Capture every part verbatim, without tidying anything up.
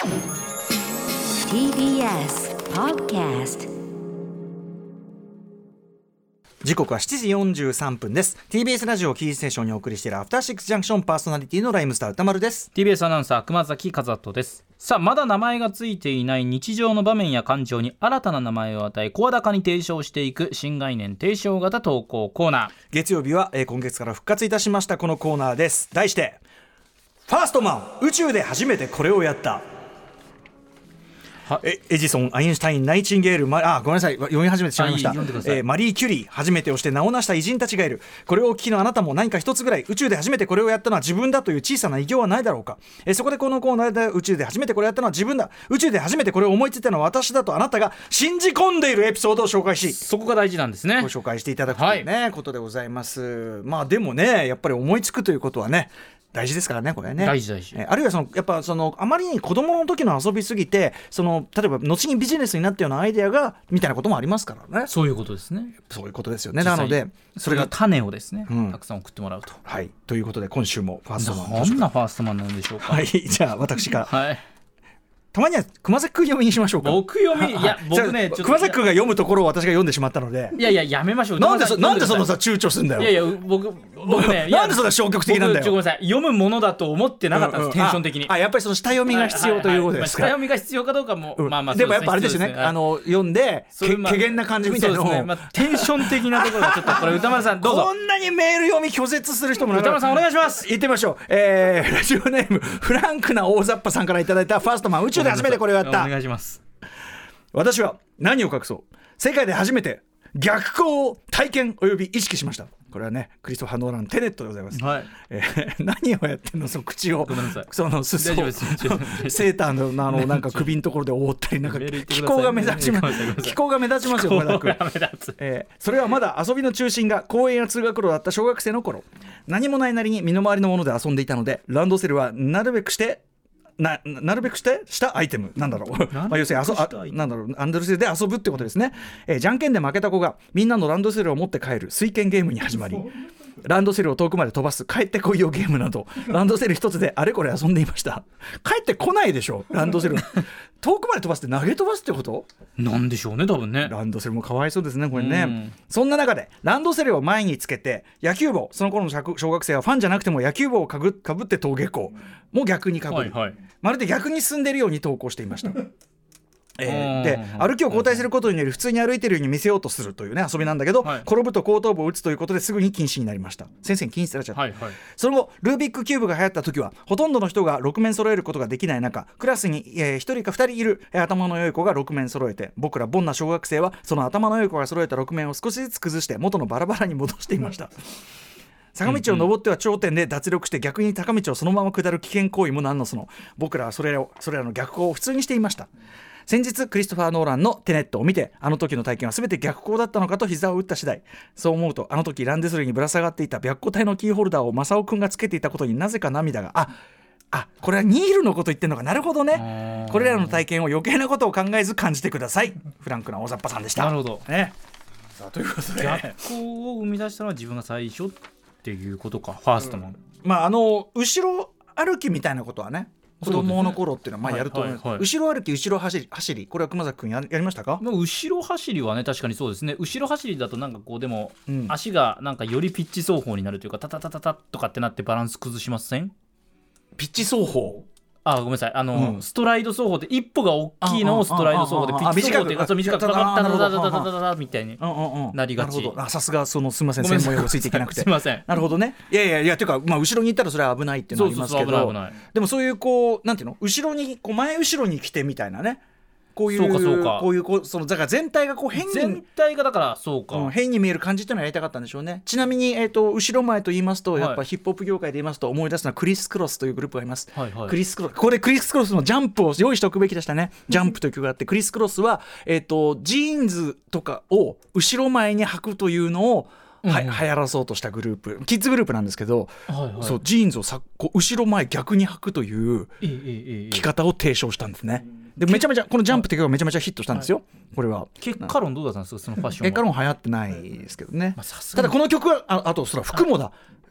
ティービーエス Podcast。 時刻はしちじよんじゅうさんぷんです。 ティービーエス ラジオキーステーションにお送りしているアフターシックスジャンクション、パーソナリティのライムスター歌丸です。 ティービーエス アナウンサー熊崎和人です。さあ、まだ名前がついていない日常の場面や感情に新たな名前を与え声高に提唱していく新概念提唱型投稿コーナー。 月曜日は、えー、今月から復活いたしましたこのコーナーです。題してファーストマン、宇宙で初めてこれをやった。えエジソン、アインシュタイン、ナイチンゲール、ま、あごめんなさい、読み始めてしまいました。 はい、読んでください。 えー、マリー・キュリー、初めてをして名を成した偉人たちがいる。これをお聞きのあなたも何か一つぐらい宇宙で初めてこれをやったのは自分だという小さな偉業はないだろうか。えー、そこでこのコーナーで宇宙で初めてこれをやったのは自分だ、宇宙で初めてこれを思いついたのは私だとあなたが信じ込んでいるエピソードを紹介し、 そこが大事なんですね。 ご紹介していただくというね、はい、ことでございます。まあでもね、やっぱり思いつくということはね大事ですからね、これね。 大事大事。 えあるいはそのやっぱそのあまりに子供の時の遊びすぎて、その例えば後にビジネスになったようなアイデアがみたいなこともありますからね。 そういうことですね。 そういうことですよね。なのでそれが種をですね、うん、たくさん送ってもらうと。 はい。ということで今週もファーストマン。 どんなファーストマンなんでしょうか。 はい。じゃあ私から。 はい。 たまには熊崎君読みにしましょうか。 僕読み、いや僕ね、ちょっと熊崎君が読むところを私が読んでしまったので、 いやいややめましょう。 なんでそなんでそのさ躊躇すんだよ。 いやいや僕僕ねなんでそんな消極的なんだよ。 ごめんなさい、読むものだと思ってなかったんです、うんうん、テンション的に。 ああ、やっぱりその下読みが必要ということですか。 下読みが必要かどうかも、うん、まあまあそうですね。 でもやっぱあれですよね。あの読んでけ怪げな感じみたいなのを、 ね、まあ、テンション的なところがちょっとこれ歌丸さんどうぞ。 こんなにメール読み拒絶する人も歌丸さんお願いします。 言ってみましょう。えー、ラジオネームフランクな大雑把さんからいただいたファーストマン、宇宙で初めてこれをやった。 お願いします。 私は何を隠そう、世界で初めて逆光を体験および意識しました。これはね、クリストファー・ノーランテネットでございます、はい。えー、何をやってんの、その口をその裾をセーター の, あのなんか首のところで覆ったり、なんか気候が目立ちます気候が目立ちますよ。これえー、それはまだ遊びの中心が公園や通学路だった小学生の頃、何もないなりに身の回りのもので遊んでいたので、ランドセルはなるべくしてな, なるべくしてしたアイテムなんだろうまあ要するに遊あなんだろうランドセルで遊ぶってことですね。えー、じゃんけんで負けた子がみんなのランドセルを持って帰る水拳ゲームに始まり、ランドセルを遠くまで飛ばす帰ってこいよゲームなど、ランドセル一つであれこれ遊んでいました。帰ってこないでしょ、ランドセル遠くまで飛ばすって投げ飛ばすってことなんでしょうね、多分ね。 ランドセルもかわいそうですね、これね。そんな中でランドセルを前につけて野球帽、その頃の小学生はファンじゃなくても野球帽をかぶ、かぶって登下校も逆にかぶる、はいはい、まるで逆に進んでいるように投稿していましたえー、で歩きを交代することにより普通に歩いているように見せようとするという、ね、遊びなんだけど、はい、転ぶと後頭部を打つということですぐに禁止になりました。先生に禁止されちゃった、はいはい、その後ルービックキューブが流行った時はほとんどの人がろく面揃えることができない中、クラスに、えー、ひとりかふたりいる、えー、頭の良い子がろく面揃えて、僕らボンな小学生はその頭の良い子が揃えたろく面を少しずつ崩して元のバラバラに戻していました坂道を登っては頂点で脱力して逆に坂道をそのまま下る危険行為も何のその、僕らはそれらをそれらの逆行を普通にしていました。先日クリストファー・ノーランのテネットを見て、あの時の体験は全て逆光だったのかと膝を打った次第。そう思うと、あの時ランドセルにぶら下がっていた白虎隊のキーホルダーを正雄くんがつけていたことになぜか涙が、ああこれはニールのこと言ってるのか、なるほどね。これらの体験を余計なことを考えず感じてください。フランクな大雑把さんでした。 なるほど、 ね、さあということで逆光を生み出したのは自分が最初っていうことか、ファーストマン、うん、 まああの後ろ歩きみたいなことはね、子供の頃っていうのはまあやると思います、はいはいはい、後ろ歩き後ろ走り走り、これは熊崎君 や, やりましたか。 後ろ走りはね確かにそうですね。後ろ走りだとなんかこうでも、うん、足がなんかよりピッチ走法になるというか、タタタタタとかってなってバランス崩しません。 ピッチ走法、 あごめんなさい、あの、うん、ストライド走法って一歩が大きいのをストライド走法で、ピッチ走法っていうか短くタタタタタタタタタみたいになりがち。 さすがそのすみません、専門用語ついていけなくてすみません。 なるほどね。いやいやいやというか、まあ、後ろに行ったらそれは危ないっていうのはありますけど、そうそうそう危ない危ない。でもそういうこうなんていうの、後ろにこう前後ろに来てみたいなね、こういうそうかそうか、 こういうこうそのだから全体がこう変に全体がだからそうか、 うん、変に見える感じっていうのをやりたかったんでしょうね。ちなみに、えー、と後ろ前と言いますと、やっぱヒップホップ業界で言いますと思い出すのはクリス・クロスというグループがいます、はいはい、クリス・クロス、これクリス・クロスのジャンプを用意しておくべきでしたね。ジャンプという曲があって、クリス・クロスは、えー、とジーンズとかを後ろ前に履くというのをは、うん、流行らそうとしたグループ、キッズグループなんですけど、はいはい、そうジーンズをさこう後ろ前逆に履くという着方を提唱したんですね。でめちゃめちゃこのジャンプって曲がめちゃめちゃヒットしたんですよ、はい、これは。 結果論どうだったんですか、そのファッションは。 結果論流行ってないですけどね、まあ、ただこの曲は あ, あとそら服もだ、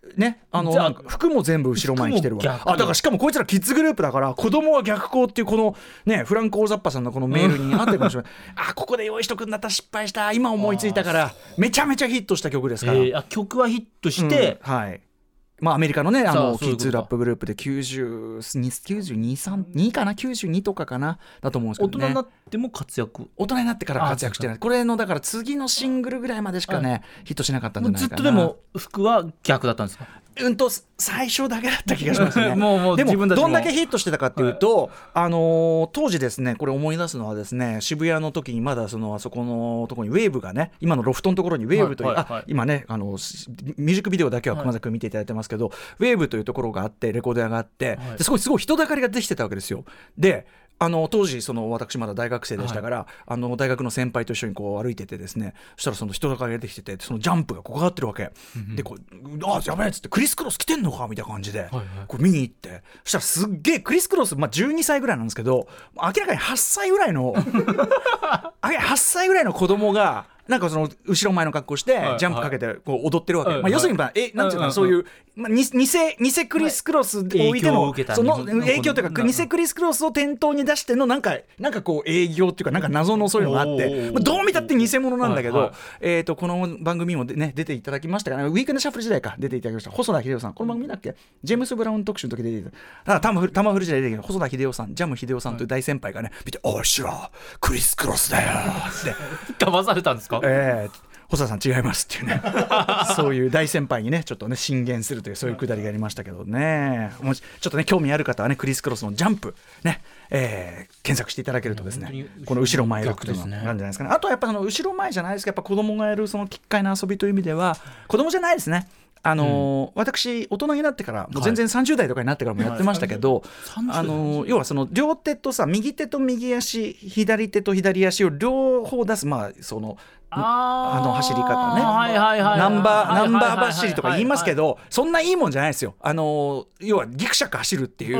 ね、あのなんか服も全部後ろ前に来てるわ。あ、だからしかもこいつらキッズグループだから子供は逆光っていうこのねフランク・オーザッパさんのこのメールにあってるかもしれないあ、ここで用意しとくんだったら失敗した、今思いついたから。めちゃめちゃヒットした曲ですから、えー、あ曲はヒットして、 うん、はい、まあ、アメリカのねあのキッズラップグループできゅうじゅうに、きゅうじゅうに、さん、にかなきゅうじゅうにとかかなだと思うんですけどね。 大人になっても活躍大人になってから活躍してない。これのだから次のシングルぐらいまでしかね、はい、ヒットしなかったんじゃないかな。 ずっとでも服は逆だったんですか。 うんと最初だけだった気がしますねもうもうでも自分たちもどんだけヒットしてたかっていうと、はい、あのー、当時ですねこれ思い出すのはですね渋谷の時にまだそのあそこのところにウェーブがね今のロフトのところにウェーブという、はいはいはい、あ今ねあのミュージックビデオだけは熊崎君見ていただいてますけど、はい、ウェーブというところがあってレコード屋があって、はい、ですごいすごい人だかりができてたわけですよ。であの当時その私まだ大学生でしたから、はい、あの大学の先輩と一緒にこう歩いててですね、そしたらその人だかりができててそのジャンプがこうかかってるわけ、うん、でこうあやべえっつってクリスクロス来てんのかみたいな感じで、はいはい、こう見に行ってそしたらすっげえクリスクロス、まあ、じゅうにさいぐらいなんですけど明らかにはっさいぐらいのはっさいぐらいの子供がなんかその後ろ前の格好してジャンプかけてこう踊ってるわけ、はいはい、まあ、要するに、まあ、えなんていうかなそういう、まあ、に偽偽クリスクロスを置いてのその影響というか偽クリスクロスを店頭に出してのなんかなんかこう営業っていうかなんか謎のそういうのがあって、まあ、どう見たって偽物なんだけど、はいはい、えーとこの番組も、ね、出ていただきましたからウィークエンドシャッフル時代か出ていただきました細田秀夫さん、この番組だっけジェームス・ブラウン特集の時出ていただいたタマフル、タマフル時代で出てきた細田秀夫さんジャム秀夫さんという大先輩がね見ておいしらクリスクロスだよって騙されたんですか。 えー細田さん違いますっていうねそういう大先輩にねちょっとね進言するというそういうくだりがありましたけどね、もしちょっとね興味ある方はねクリスクロスのジャンプね、えー、検索していただけるとですねこの後ろ前ロックというのがなんじゃないですかね。あとはやっぱその後ろ前じゃないですか、やっぱ子供がやるその奇怪な遊びという意味では子供じゃないですね。あのーうん、私大人になってからもう全然さんじゅう代とかになってからもやってましたけど、はいはい、あのー、要はその両手とさ右手と右足左手と左足を両方出す、まあそのあ, あの走り方ね、 はいはいはい、 ナンバーナンバー走りとか言いますけど、そんないいもんじゃないですよ。あの要はギクシャク走るっていう、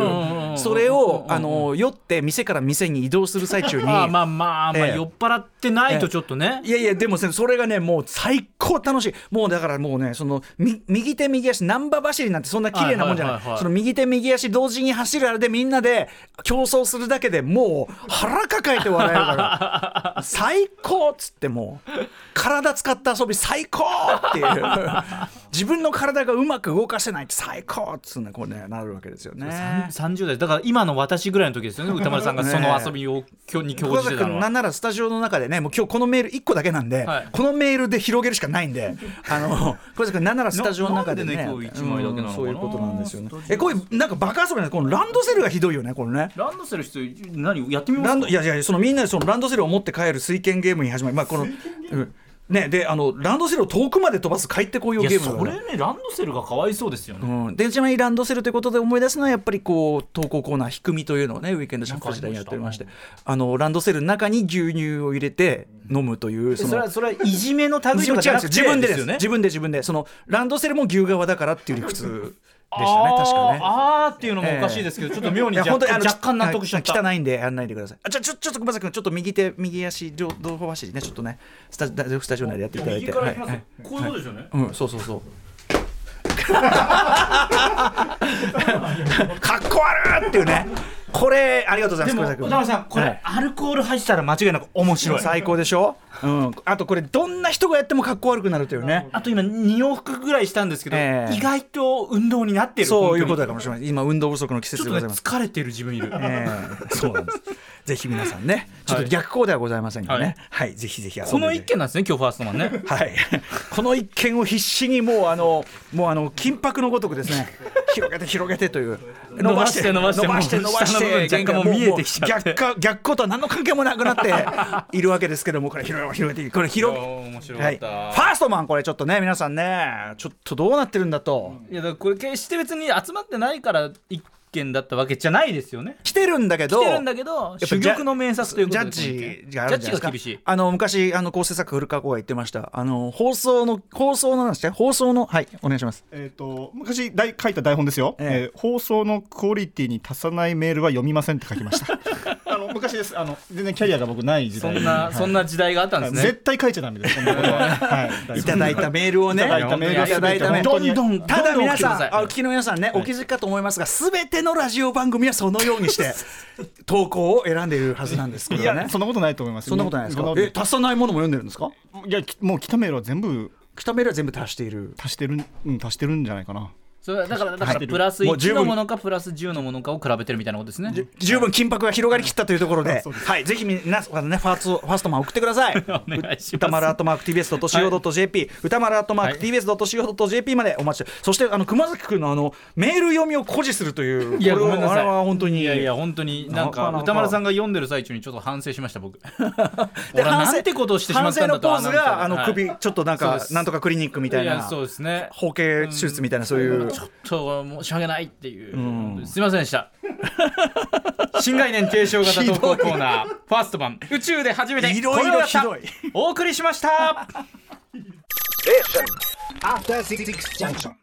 それをあの酔って店から店に移動する最中にまあまあまあ、まあ、酔っ払ってないとちょっとね、 いやいやでもそれがねもう最高楽しい。もうだからもうねその右手右足ナンバー走りなんてそんな綺麗なもんじゃない、はいはいはいはい、その右手右足同時に走るあれでみんなで競争するだけでもう腹抱えて笑えるから最高っつってもう体使った遊び最高っていう自分の体がうまく動かせないって最高っつうねこうねなるわけですよね。 さんじゅう代だから今の私ぐらいの時ですよね歌丸さんがその遊びを今日に興じてたのは。 なんならスタジオの中でねもう今日このメールいっこだけなんで、はい、このメールで広げるしかないんであの小崎君なんならスタジオの中でねなんでね今日いちまいだけなのかな、うん、 そういうことなんですよね。えこういうなんかバカ遊びなんでこのランドセルがひどいよねこれね。 ランドセル必要何やってみますか。 ランドいやいやそのみんなでそのランドセルを持って帰る水拳ゲームに始まり、まあこのね、であのランドセルを遠くまで飛ばす帰ってこいよゲームだから。 いやそれねランドセルがかわいそうですよね、 うん、でちなみにランドセルということで思い出すのはやっぱりこう投稿コーナーひくみというのをねウィークエンドシャッフル時代にやっておりまして、あのランドセルの中に牛乳を入れて飲むという、 そのそれはそれはいじめの類とかじゃなくて自分でですよね。自分で自分でそのランドセルも牛側だからっていう理屈でしたね確かね。 あーっていうのもおかしいですけど、えー、ちょっと妙に若干、若干納得しちゃった。 汚いんでやんないでください。あちょちょちょっと熊崎君ちょっと右手右足両同歩走りねちょっとねスタジスタジオ内でやっていただいて、 右からいきます、はい、こういうことですよね、 はい、うんそうそうそうかっこ悪いっていうねこれありがとうございます。 でも小田さんこれ、はい、アルコール入ったら間違いなく面白い最高でしょ、うん、あとこれどんな人がやってもかっこ悪くなるというね。 あと今に往復ぐらいしたんですけど、えー、意外と運動になってる。 そういうことかもしれない。今運動不足の季節でございます。 ちょっと、ね、疲れてる自分いる、 えー、そうなんですぜひ皆さんねちょっと逆光ではございませんがね、はい、はい、ぜひぜひ遊んでこの一件なんですね今日ファーストマンねはいこの一件を必死にもうあのもうあの金箔のごとくですね広げて広げてという伸ばして伸ばして伸ばして伸ばして若干もう見えてきちゃって逆逆光とは何の関係もなくなっているわけですけども、これ広げ広げてこれ広げ面白かった、 はい、ファーストマンこれちょっとね皆さんねちょっとどうなってるんだと。 いやだからこれ決して別に集まってないから言っ験だったわけじゃないですよね。 来てるんだけど来てるんだけど珠玉の名作ということでジャッジがあるんじゃないですか。 ジャッジが厳しい。 あの昔あの構成作古川公が言ってました。あの放送の放送のなんですか放送のはいお願いします。 えっ、ー、と昔だい書いた台本ですよ、ええー、放送のクオリティに足さないメールは読みませんって書きましたあの昔です。あの全然キャリアが僕ない時代そんな、はい、そんな時代があったんですね。 絶対書いちゃダメですそんなことは、はい、 いただいたメールをねいただいたメールをいただいたメールどんどんただ皆さんあお聞きの皆さんね、はい、お気づきかと思いますが全てのラジオ番組はそのようにして投稿を選んでいるはずなんですけどね。 いやそんなことないと思います。 そんなことないですか。え足さないものも読んでるんですか。 いやもう来たメールは全部来たメールは全部足している足してる、うん、足してるんじゃないかな。 それだからだからプラスいちのものかプラスじゅうのものかを比べてるみたいなことですね。 十分緊迫が広がりきったというところで、はい、ぜひ皆さんねファーストファーストマン送ってください。 お願いします。 歌丸アットマーク ティービーエスドットシーオードットジェーピー、はい、歌丸アットマーク ティービーエスドットシーオードットジェーピー までお待ちして。そしてあの熊崎君のあのメール読みを誇示するという、 いやごめんなさい、 あれは本当にいやいや本当になんか歌丸さんが読んでる最中にちょっと反省しました僕。 で俺はなんてことをしてしまったんだと。 反省のポーズがあの首、 はい、 ちょっとなんかなんとかクリニックみたいな、 いやそうですね、 包茎手術みたいな、そういう、 うん、ちょっと申し訳ないっていう、うん、すいませんでした。新概念提唱型投稿コーナーファースト版宇宙で初めていろいろひどいお送りしました。 After Six Junction.